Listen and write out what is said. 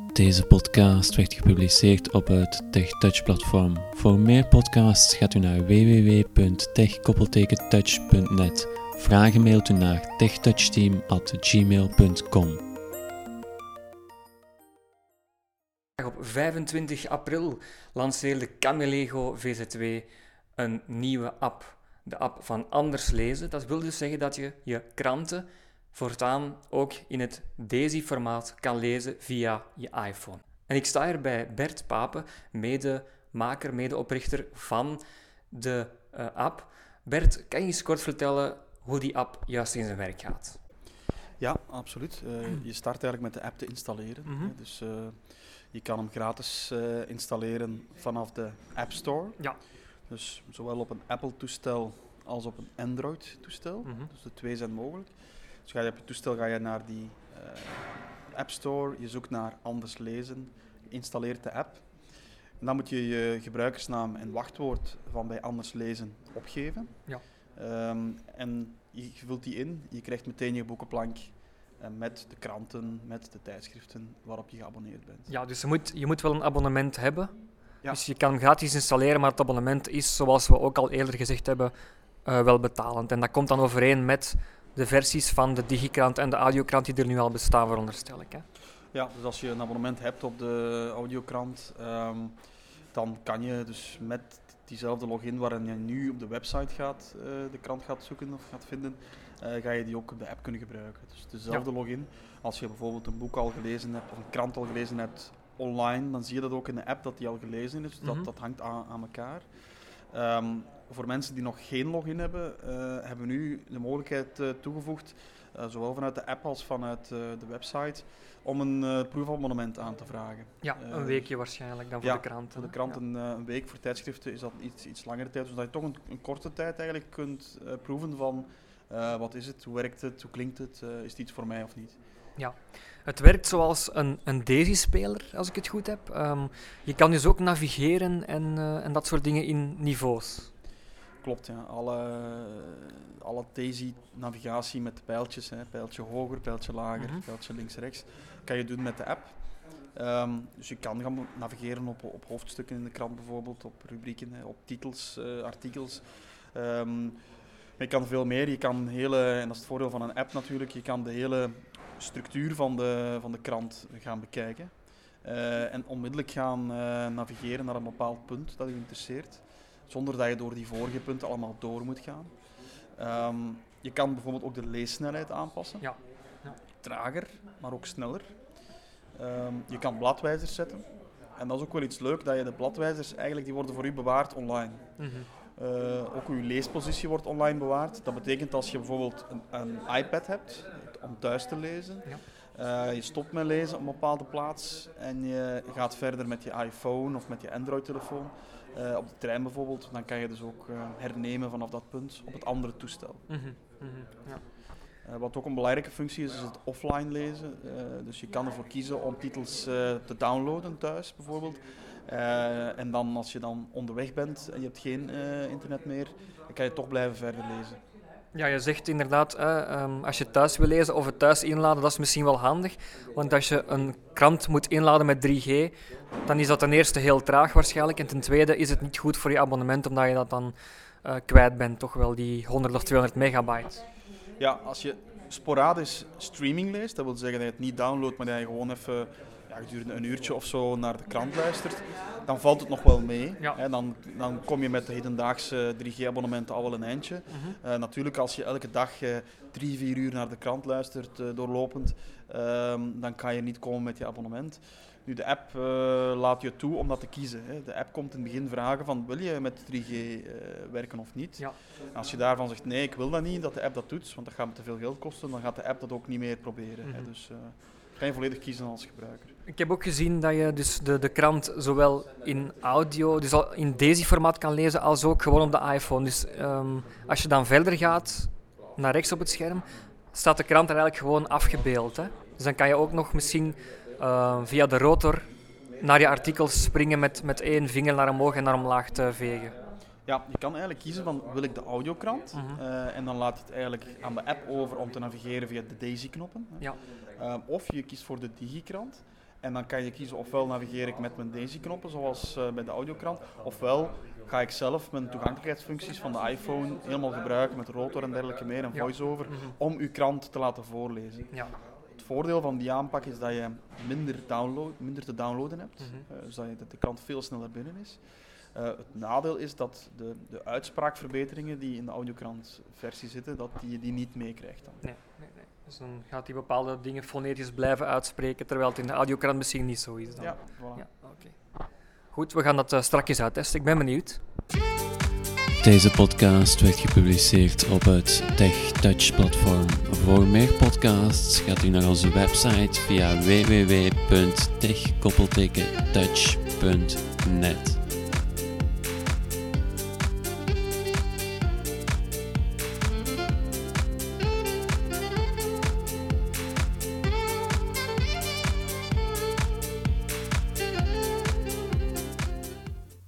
Deze podcast werd gepubliceerd op het TechTouch-platform. Voor meer podcasts gaat u naar www.tech-touch.net. Vragen mailt u naar techtouchteam@gmail.com. Op 25 april lanceerde Camelego VZ2 een nieuwe app. De app van Anders Lezen. Dat wil dus zeggen dat je je kranten voortaan ook in het DAISY-formaat kan lezen via je iPhone. En ik sta hier bij Bert Pape, medemaker, medeoprichter van de app. Bert, kan je eens kort vertellen hoe die app juist in zijn werk gaat? Ja, absoluut. Je start eigenlijk met de app te installeren. Mhm. Dus je kan hem gratis installeren vanaf de App Store. Ja. Dus zowel op een Apple-toestel als op een Android-toestel. Mhm. Dus de twee zijn mogelijk. Dus ga je op je toestel naar die App Store, je zoekt naar Anders Lezen, je installeert de app. En dan moet je je gebruikersnaam en wachtwoord van bij Anders Lezen opgeven. Ja. En je vult die in, je krijgt meteen je boekenplank met de kranten, met de tijdschriften waarop je geabonneerd bent. Ja, dus je moet wel een abonnement hebben. Ja. Dus je kan hem gratis installeren, maar het abonnement is, zoals we ook al eerder gezegd hebben, wel betalend. En dat komt dan overeen met de versies van de digikrant en de audiokrant die er nu al bestaan, veronderstel ik. Hè? Ja, dus als je een abonnement hebt op de audiokrant, dan kan je dus met diezelfde login waarin je nu op de website de krant gaat zoeken of gaat vinden, ga je die ook op de app kunnen gebruiken. Dus dezelfde login. Als je bijvoorbeeld een boek al gelezen hebt of een krant al gelezen hebt online, dan zie je dat ook in de app dat die al gelezen is. Dus dat hangt aan elkaar. Voor mensen die nog geen login hebben, hebben we nu de mogelijkheid toegevoegd, zowel vanuit de app als vanuit de website, om een proefabonnement aan te vragen. Ja, een weekje waarschijnlijk dan voor de kranten. Voor de kranten een week, voor tijdschriften is dat iets langere tijd, zodat je toch een korte tijd eigenlijk kunt proeven van wat is het, hoe werkt het, hoe klinkt het, is het iets voor mij of niet. Ja, het werkt zoals een DAISY-speler, als ik het goed heb. Je kan dus ook navigeren en dat soort dingen in niveaus. Klopt, ja. Alle DAISY-navigatie met de pijltjes, pijltje hoger, pijltje lager, pijltje links-rechts, kan je doen met de app. Dus je kan gaan navigeren op hoofdstukken in de krant bijvoorbeeld, op rubrieken, op titels, artikels. Je kan veel meer, je kan en dat is het voordeel van een app natuurlijk, je kan de hele structuur van de krant gaan bekijken. En onmiddellijk gaan navigeren naar een bepaald punt dat je interesseert, zonder dat je door die vorige punten allemaal door moet gaan. Je kan bijvoorbeeld ook de leessnelheid aanpassen. Ja. Ja. Trager, maar ook sneller. Je kan bladwijzers zetten. En dat is ook wel iets leuk, dat je de bladwijzers eigenlijk die worden voor u bewaard online. Ook uw leespositie wordt online bewaard. Dat betekent als je bijvoorbeeld een iPad hebt om thuis te lezen. Ja. Je stopt met lezen op een bepaalde plaats en je gaat verder met je iPhone of met je Android-telefoon. Op de trein bijvoorbeeld, dan kan je dus ook hernemen vanaf dat punt op het andere toestel. Ja. Wat ook een belangrijke functie is het offline lezen. Dus je kan ervoor kiezen om titels te downloaden thuis bijvoorbeeld. En dan als je dan onderweg bent en je hebt geen internet meer, dan kan je toch blijven verder lezen. Ja, je zegt inderdaad, als je thuis wil lezen of het thuis inladen, dat is misschien wel handig. Want als je een krant moet inladen met 3G, dan is dat ten eerste heel traag waarschijnlijk. En ten tweede is het niet goed voor je abonnement, omdat je dat dan kwijt bent, toch wel die 100 of 200 megabyte. Ja, als je sporadisch streaming leest, dat wil zeggen dat je het niet downloadt, maar dat je gewoon even gedurende een uurtje of zo naar de krant luistert, dan valt het nog wel mee. Ja. Dan kom je met de hedendaagse 3G-abonnementen al wel een eindje. Natuurlijk, als je elke dag 3-4 uur naar de krant luistert, doorlopend, dan kan je niet komen met je abonnement. Nu, de app laat je toe om dat te kiezen. De app komt in het begin vragen van, wil je met 3G werken of niet? Ja. Als je daarvan zegt, nee, ik wil dat niet, dat de app dat doet, want dat gaat me te veel geld kosten, dan gaat de app dat ook niet meer proberen. Dus kan je volledig kiezen als gebruiker. Ik heb ook gezien dat je dus de krant zowel in audio, dus al in DAISY-formaat kan lezen, als ook gewoon op de iPhone. Dus als je dan verder gaat, naar rechts op het scherm, staat de krant er eigenlijk gewoon afgebeeld. Hè? Dus dan kan je ook nog misschien via de rotor naar je artikels springen met één vinger naar omhoog en naar omlaag te vegen. Ja, je kan eigenlijk kiezen van wil ik de audiokrant en dan laat je het eigenlijk aan de app over om te navigeren via de DAISY-knoppen. Ja. Of je kiest voor de digikrant En dan kan je kiezen, ofwel navigeer ik met mijn Daisy-knoppen, zoals bij de audiokrant, ofwel ga ik zelf mijn toegankelijkheidsfuncties van de iPhone helemaal gebruiken met rotor en dergelijke meer en voice-over, om uw krant te laten voorlezen. Ja. Het voordeel van die aanpak is dat je minder te downloaden hebt, dus dat de krant veel sneller binnen is. Het nadeel is dat de uitspraakverbeteringen die in de audiokrantversie zitten, dat je die niet meekrijgt dan. Nee. Dus dan gaat hij bepaalde dingen fonetisch blijven uitspreken, terwijl het in de audiokrant misschien niet zo is dan. Ja, voilà. Ja, oké. Goed, we gaan dat strakjes uittesten. Ik ben benieuwd. Deze podcast werd gepubliceerd op het TechTouch-platform. Voor meer podcasts gaat u naar onze website via www.tech-touch.net.